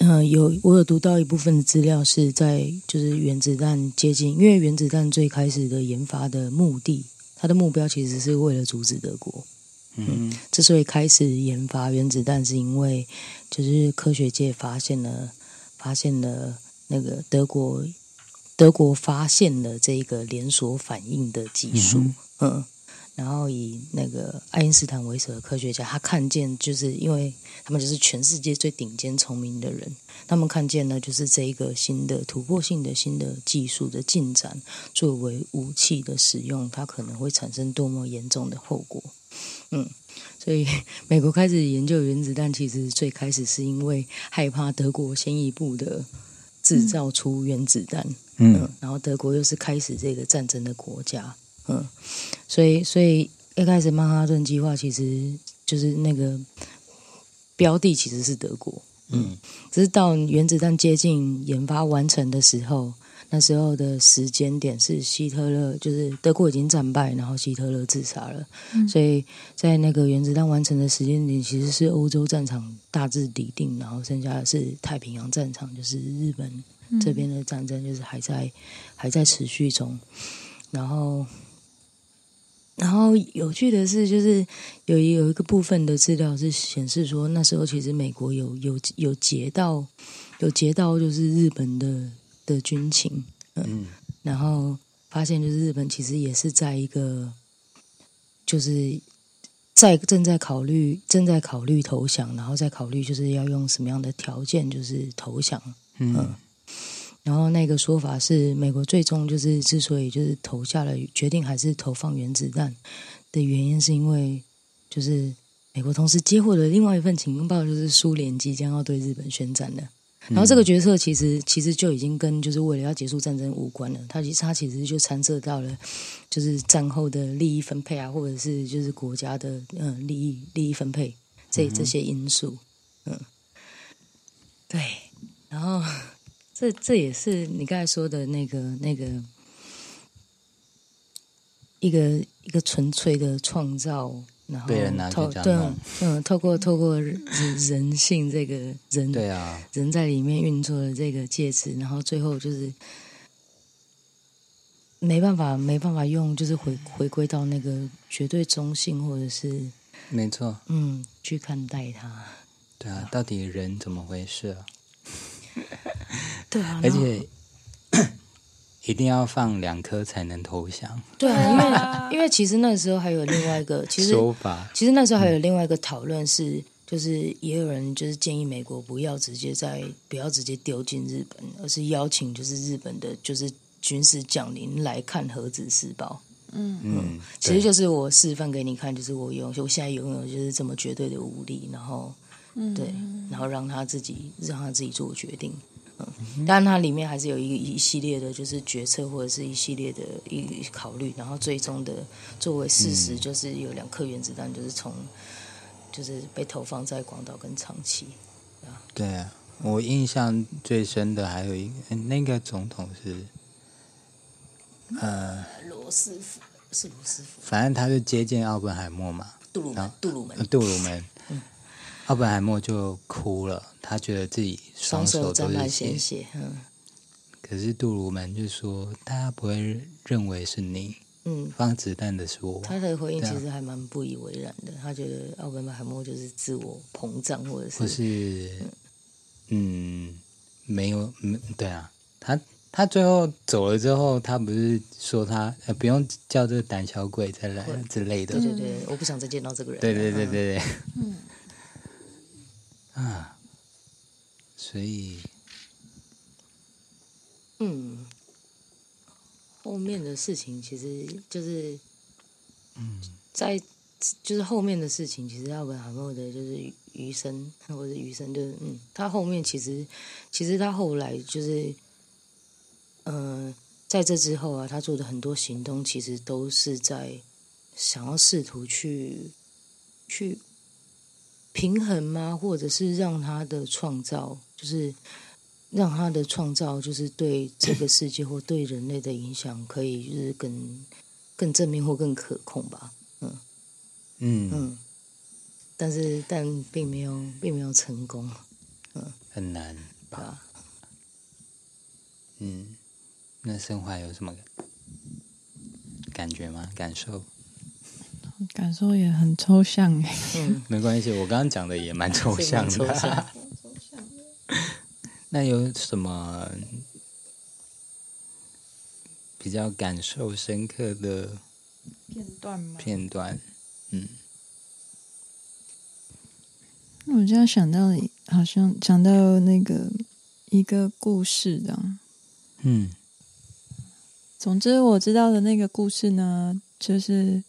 呃，有我有读到一部分的资料是在就是原子弹接近，因为原子弹最开始的研发的目的，它的目标其实是为了阻止德国。嗯，之所以开始研发原子弹，是因为就是科学界发现了发现了那个德国德国发现了这个连锁反应的技术。嗯, 嗯，然后以那个爱因斯坦为首的科学家，他看见就是因为他们就是全世界最顶尖聪明的人，他们看见了就是这一个新的突破性的新的技术的进展作为武器的使用，它可能会产生多么严重的后果。嗯，所以美国开始研究原子弹，其实最开始是因为害怕德国先一步的制造出原子弹。嗯, 嗯，然后德国又是开始这个战争的国家。嗯，所以所以一开始曼哈顿计划其实就是那个标的其实是德国。嗯，只是到原子弹接近研发完成的时候，那时候的时间点是希特勒就是德国已经战败，然后希特勒自杀了。嗯，所以在那个原子弹完成的时间点，其实是欧洲战场大致底定，然后剩下的是太平洋战场，就是日本这边的战争就是还在还在持续中。然后然后有趣的是，就是有有一个部分的资料是显示说，那时候其实美国有有有截到有截到就是日本的的军情。嗯, 嗯，然后发现就是日本其实也是在一个就是在正在考虑正在考虑投降，然后再考虑就是要用什么样的条件就是投降。嗯。嗯，然后那个说法是，美国最终就是之所以就是投下了决定还是投放原子弹的原因，是因为就是美国同时接获了另外一份情报，就是苏联即将要对日本宣战了。然后这个决策其实其实就已经跟就是为了要结束战争无关了，它其实它其实就参涉到了就是战后的利益分配啊，或者是就是国家的嗯、呃、利益利益分配这这些因素。嗯，对，然后。这这也是你刚才说的那个那个一个一个纯粹的创造，然后被人拿去这样弄， 嗯，透过透过人性这个人， 对啊， 人在里面运作的这个介质，然后最后就是没办法没办法用，就是回回归到那个绝对中性，或者是没错， 嗯，去看待它。 对啊，到底人怎么回事啊？ 对啊， 而且一定要放两颗才能投降。 对啊，因为因为其实那时候还有另外一个其实说法， 其实那时候还有另外一个讨论是，嗯、就是也有人就是建议美国不要直接在不要直接丢进日本，而是邀请就是日本的就是军事将领来看核子试爆。嗯嗯，其实就是我示范给你看，就是我拥我现在拥有就是这么绝对的武力，然后。嗯，对，然后让他自己让他自己做决定。嗯，当然它里面还是有一一系列的，就是决策或者是一系列的一考虑，然后最终的作为事实，就是有两颗原子弹，就是从就是被投放在广岛跟长崎。啊对啊，我印象最深的还有一个那个总统是呃罗斯福，是罗斯福， 反正他是接见奥本海默嘛， 杜鲁门，杜鲁门， 杜鲁门。嗯，奥本海默就哭了，他觉得自己双手都是血， 血嗯。 可是杜鲁门就说，大家不会认为是你，嗯，放子弹的是我。 他的回应其实还蛮不以为然的，他觉得奥本海默就是自我膨胀，或者是， 或是，嗯，嗯没有，对啊，他他最后走了之后，他不是说他、呃、不用叫这个胆小鬼再来之类的， 对对对，我不想再见到这个人， 对对对对对，嗯。啊，所以， 嗯，后面的事情其实就是，嗯，在就是后面的事情，其实奥本海默的就是余生，或者余生就是嗯，他后面其实其实他后来就是，嗯、呃，在这之后啊，他做的很多行动，其实都是在想要试图去去。平衡吗？或者是让他的创造，就是让他的创造，就是对这个世界或对人类的影响，可以就是更更正面或更可控吧。嗯嗯嗯，但是但并没有并没有成功。嗯很难吧？ 啊、 嗯，那盛怀有什么感觉吗？感受？ 感受也很抽象哎。 嗯， 没关系，我刚刚讲的也蛮抽象的。 是蛮抽象那有什么比较感受深刻的片段吗？ 片段？嗯， 我这样想到，好像想到那个一个故事的。 嗯， 总之我知道的那个故事呢，就是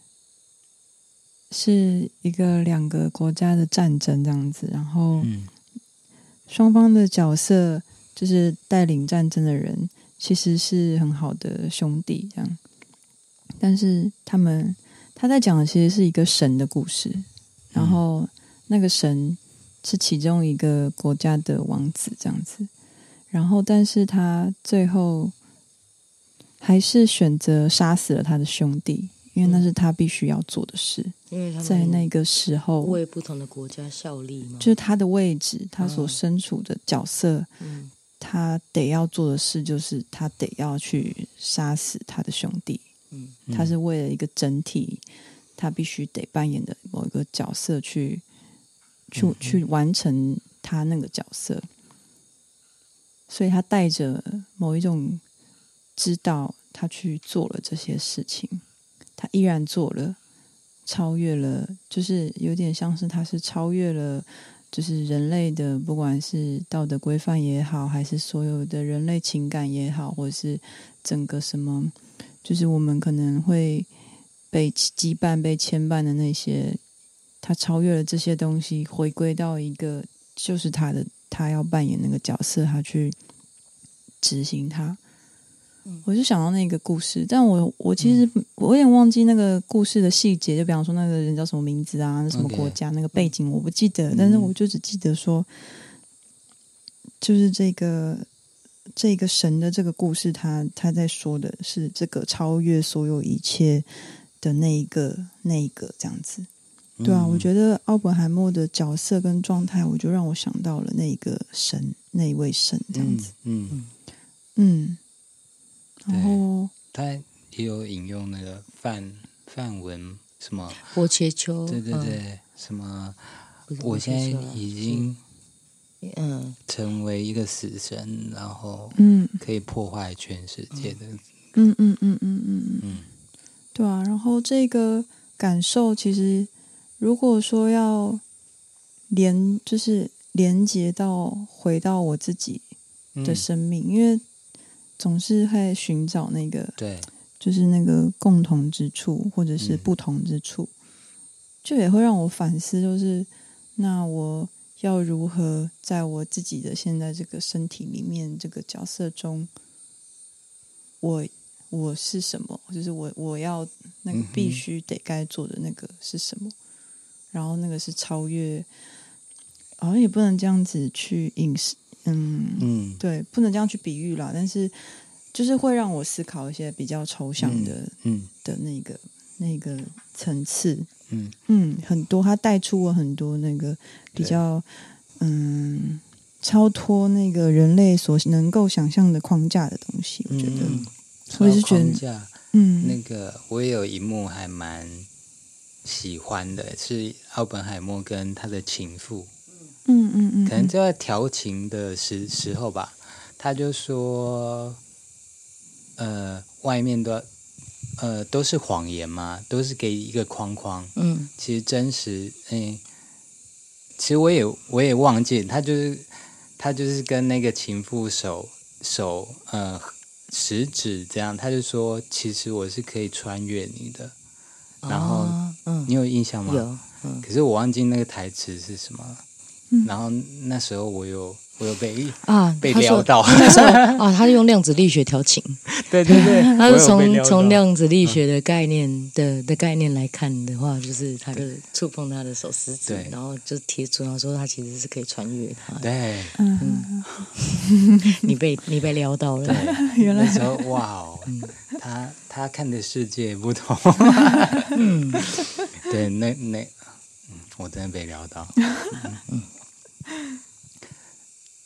是一个两个国家的战争这样子，然后双方的角色就是带领战争的人其实是很好的兄弟这样，但是他们他在讲的其实是一个神的故事，然后那个神是其中一个国家的王子这样子，然后但是他最后还是选择杀死了他的兄弟，因为那是他必须要做的事。 因为他们在那个时候为不同的国家效力吗？ 就是他的位置，他所身处的角色， 嗯， 他得要做的事就是他得要去杀死他的兄弟。 嗯， 他是为了一个整体，他必须得扮演的某一个角色去去去完成他那个角色，所以他带着某一种知道他去做了这些事情，他依然做了，超越了，就是有点像是他是超越了就是人类的不管是道德规范也好，还是所有的人类情感也好，或者是整个什么就是我们可能会被羁绊被牵绊的那些，他超越了这些东西，回归到一个就是他的他要扮演那个角色，他去执行它。我就想到那个故事，但我我其实我有点忘记那个故事的细节，就比方说那个人叫什么名字啊，什么国家， okay. 那个背景我不记得，但是我就只记得说，就是这个这个神的这个故事，他他在说的是这个超越所有一切的那一个那一个这样子。对啊，我觉得奥本海默的角色跟状态，我就让我想到了那一个神，那一位神这样子。嗯嗯。嗯然后他也有引用那个梵梵文什么波切丘， 对对对，嗯、什么我现在已经嗯成为一个死神，然后嗯可以破坏全世界的， 嗯嗯嗯嗯嗯嗯嗯，对啊。然后这个感受其实，如果说要连就是连接到回到我自己的生命，嗯、因为。总是会寻找那个， 对， 就是那个共同之处，或者是不同之处，嗯、就也会让我反思，就是那我要如何在我自己的现在这个身体里面这个角色中，我我是什么？就是我我要那个必须得该做的那个是什么？嗯、然后那个是超越，好像也不能这样子去影视。嗯嗯，对，不能这样去比喻啦，但是就是会让我思考一些比较抽象的，嗯, 嗯的那个那个层次，嗯嗯，很多，它带出我很多那个比较嗯超脱那个人类所能够想象的框架的东西，我觉得，嗯、我也是觉得， 嗯，那个我也有一幕还蛮喜欢的，是奥本海默跟他的情妇。 嗯嗯嗯， 可能就在调情的时时候吧，他就说，呃，外面的呃都是谎言嘛，都是给一个框框。嗯，其实真实，嗯，其实我也我也忘记，他就是他就是跟那个情妇手手呃食指这样，他就说，其实我是可以穿越你的。然后，哦嗯、你有印象吗？ 有，嗯， 可是我忘记那个台词是什么了。然后那时候我有我有被啊被撩到， 那时候啊，他用量子力学调情， 对对对， 他是从从量子力学的概念的、嗯、的概念来看的话，就是他就触碰他的手食指，然后就贴出，然后说他其实是可以穿越他， 对， 嗯，你被你被撩到了， 原来那时候哇哦，嗯、他他看的世界不同，嗯，对，那那。我真的被撩到，嗯嗯、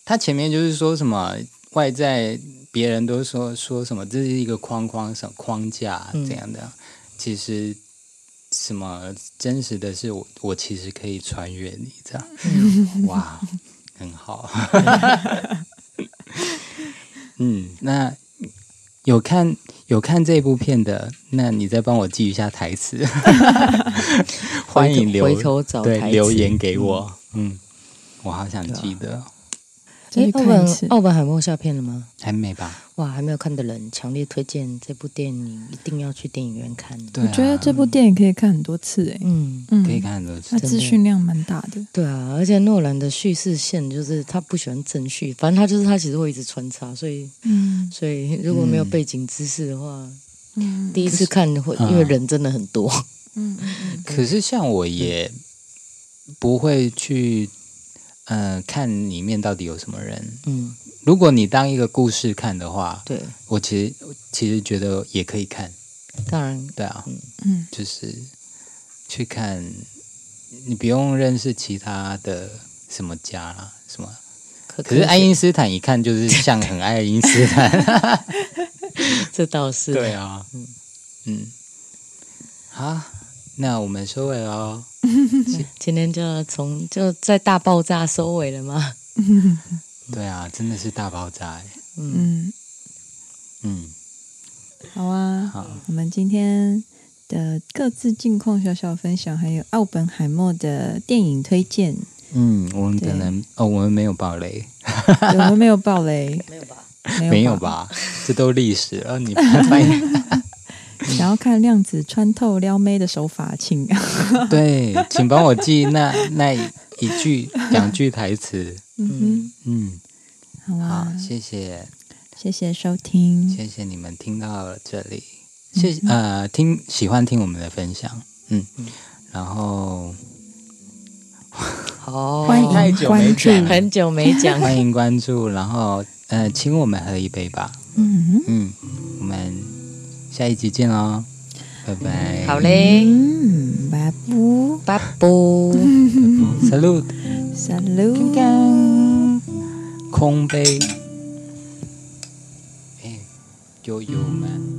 他前面就是说什么外在，别人都说说什么这是一个框框什么框架这样的，嗯、其实什么真实的是我我其实可以穿越你这样，嗯、哇，很好。嗯，那有看有看这部片的，那你再帮我记一下台词，欢迎留回头找台词对留言给我，嗯，嗯我好想记得。 哎， 奥本奥本海默下片了吗？ 还没吧？ 哇，还没有看的人，强烈推荐这部电影，一定要去电影院看。 对、啊，我觉得这部电影可以看很多次，哎， 嗯嗯， 可以看很多次， 它资讯量蛮大的。 对啊，而且诺兰的叙事线就是他不喜欢正序，反正他就是他其实会一直穿插，所以，嗯，所以如果没有背景知识的话，嗯，第一次看会因为人真的很多， 嗯嗯。 可是像我也不会去。呃，看里面到底有什么人。嗯，如果你当一个故事看的话， 对， 我其实其实觉得也可以看。 当然， 对啊， 嗯， 就是去看，你不用认识其他的什么家啦，什么。可, 可是爱因斯坦一看就是像很爱因斯坦， 这倒是。 对啊，嗯嗯，好，那我们收尾咯。 今天就要从就在大爆炸收尾了吗？ 对啊，真的是大爆炸哎。 嗯嗯， 好啊， 好， 我们今天的各自近况小小分享，还有奥本海默的电影推荐。 嗯，我们可能哦，我们没有爆雷， 我们没有爆雷， 没有吧？ 没有吧？这都历史了，你发现？ 想要看量子穿透撩妹的手法，请对，请帮我记那那一句两句台词。 嗯嗯， 好啊， 好，谢谢， 谢谢收听， 谢谢你们听到了这里，谢谢、嗯、呃听喜欢听我们的分享，嗯，嗯然后好， 欢迎关注， 很久没讲， 欢迎关注，然后呃，请我们喝一杯吧。 嗯嗯，我们。下一集见喽，拜拜。 好嘞， 嗯，拜拜， 拜拜 ，Salute，Salute， 空杯，哎，悠悠man。